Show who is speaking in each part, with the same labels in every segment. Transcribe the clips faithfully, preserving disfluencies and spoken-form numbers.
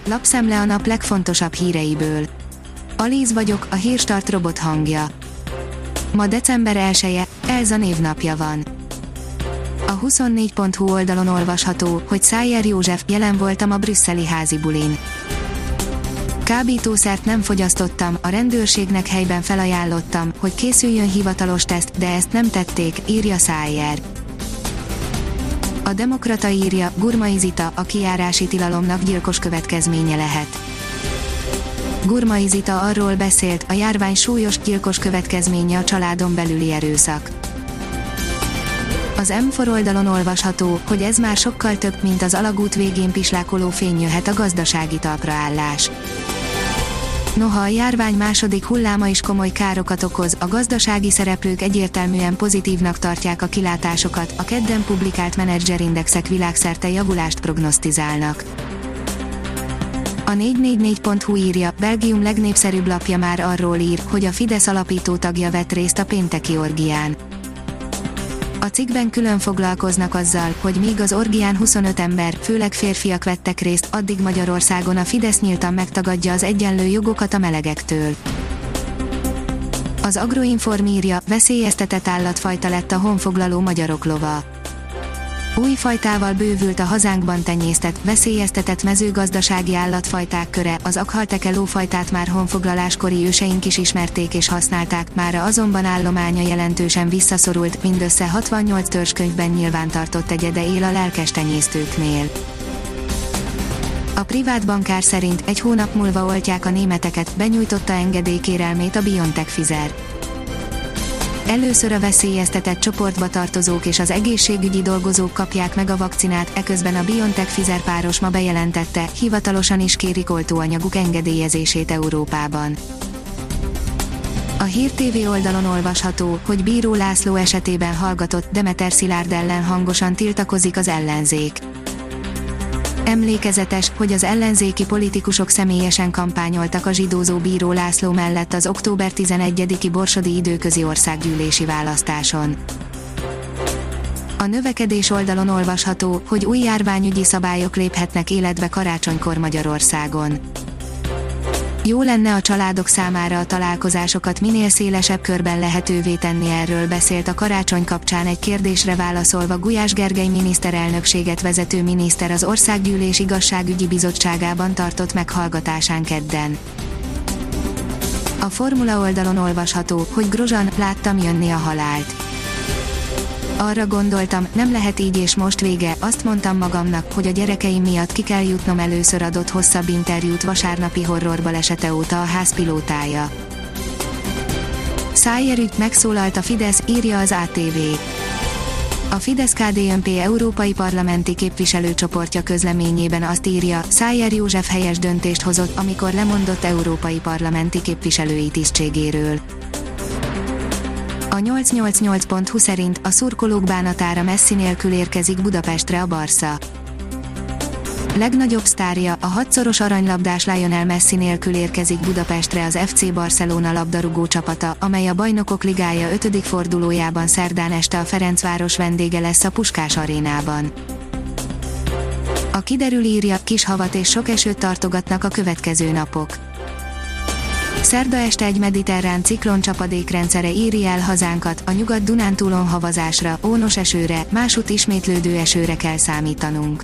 Speaker 1: Lapszemle a nap legfontosabb híreiből. Alíz vagyok, a Hírstart robot hangja. Ma december elseje, Elza névnapja van. A huszonnégy pont hu oldalon olvasható, hogy Szájer József, jelen voltam a brüsszeli házi bulin. Kábítószert nem fogyasztottam, a rendőrségnek helyben felajánlottam, hogy készüljön hivatalos teszt, de ezt nem tették, írja Szájer. A Demokrata írja, Gurmai Zita, a kijárási tilalomnak gyilkos következménye lehet. Gurmai Zita arról beszélt, a járvány súlyos, gyilkos következménye a családon belüli erőszak. Az M négy oldalon olvasható, hogy ez már sokkal több, mint az alagút végén pislákoló fény, jöhet a gazdasági talpraállás. Noha a járvány második hulláma is komoly károkat okoz, a gazdasági szereplők egyértelműen pozitívnak tartják a kilátásokat, a kedden publikált menedzserindexek világszerte javulást prognosztizálnak. A négy négy négy pont hu írja, Belgium legnépszerűbb lapja már arról ír, hogy a Fidesz alapító tagja vett részt a pénteki orgián. A cikkben külön foglalkoznak azzal, hogy míg az orgián huszonöt ember, főleg férfiak vettek részt, addig Magyarországon a Fidesz nyíltan megtagadja az egyenlő jogokat a melegektől. Az Agroinform írja, veszélyeztetett állatfajta lett a honfoglaló magyarok lova. Új fajtával bővült a hazánkban tenyésztett, veszélyeztetett mezőgazdasági állatfajták köre, az Akhal-Teke lófajtát már honfoglaláskori őseink is ismerték és használták, mára azonban állománya jelentősen visszaszorult, mindössze hatvannyolc törzskönyvben nyilvántartott egyede él a lelkes tenyésztőknél. A privát bankár szerint egy hónap múlva oltják a németeket, benyújtotta engedélykérelmét a BioNTech Pfizer. Először a veszélyeztetett csoportba tartozók és az egészségügyi dolgozók kapják meg a vakcinát, eközben a BioNTech Pfizer páros ma bejelentette, hivatalosan is kérik oltóanyaguk engedélyezését Európában. A Hír té vé oldalon olvasható, hogy Bíró László esetében hallgatott, Demeter Szilárd ellen hangosan tiltakozik az ellenzék. Emlékezetes, hogy az ellenzéki politikusok személyesen kampányoltak a zsidózó Bíró László mellett az október tizenegyediki borsodi időközi országgyűlési választáson. A növekedés oldalon olvasható, hogy új járványügyi szabályok léphetnek életbe karácsonykor Magyarországon. Jó lenne a családok számára a találkozásokat minél szélesebb körben lehetővé tenni, erről beszélt a karácsony kapcsán egy kérdésre válaszolva Gulyás Gergely miniszterelnökséget vezető miniszter az Országgyűlés Igazságügyi Bizottságában tartott meghallgatásán kedden. A Formula oldalon olvasható, hogy Grosjean, láttam jönni a halált. Arra gondoltam, nem lehet így és most vége, azt mondtam magamnak, hogy a gyerekeim miatt ki kell jutnom, először adott hosszabb interjút vasárnapi horrorbaleset óta a házpilótája. Szájer ügy, megszólalt a Fidesz, írja az á té vé. A Fidesz-ká dé en pé európai parlamenti képviselőcsoportja közleményében azt írja, Szájer József helyes döntést hozott, amikor lemondott európai parlamenti képviselői tisztségéről. A nyolcszáznyolcvannyolc pont hu szerint a szurkolók bánatára Messi nélkül érkezik Budapestre a Barca. Legnagyobb sztárja, a hatszoros aranylabdás Lionel Messi nélkül érkezik Budapestre az ef cé Barcelona labdarúgó csapata, amely a Bajnokok Ligája ötödik fordulójában szerdán este a Ferencváros vendége lesz a Puskás arénában. A kiderül írja, kis havat és sok esőt tartogatnak a következő napok. Szerda este egy mediterrán ciklon csapadékrendszere éri el hazánkat, a Nyugat-Dunántúlon havazásra, ónos esőre, másutt ismétlődő esőre kell számítanunk.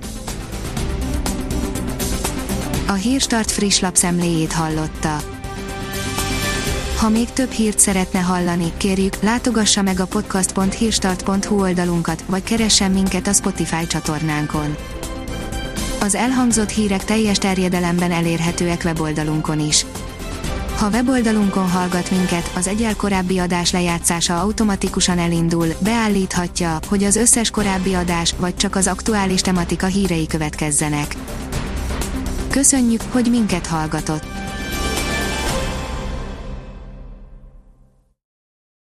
Speaker 1: A Hírstart friss lapszemléjét hallotta. Ha még több hírt szeretne hallani, kérjük, látogassa meg a podcast pont hírstart pont hu oldalunkat, vagy keressen minket a Spotify csatornánkon. Az elhangzott hírek teljes terjedelemben elérhetőek weboldalunkon is. Ha weboldalunkon hallgat minket, az egyel korábbi adás lejátszása automatikusan elindul, beállíthatja, hogy az összes korábbi adás, vagy csak az aktuális tematika hírei következzenek. Köszönjük, hogy minket hallgatott!